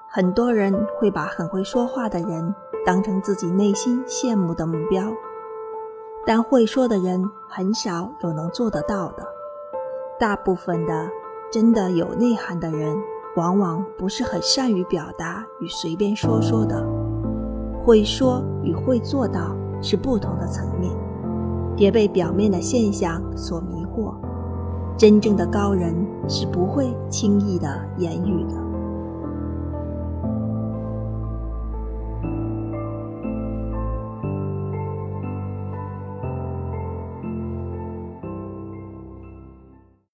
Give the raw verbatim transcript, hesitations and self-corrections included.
很多人会把很会说话的人当成自己内心羡慕的目标，但会说的人很少有能做得到的。大部分的真的有内涵的人，往往不是很善于表达与随便说说的。会说与会做到是不同的层面，别被表面的现象所迷惑。真正的高人是不会轻易的言语的。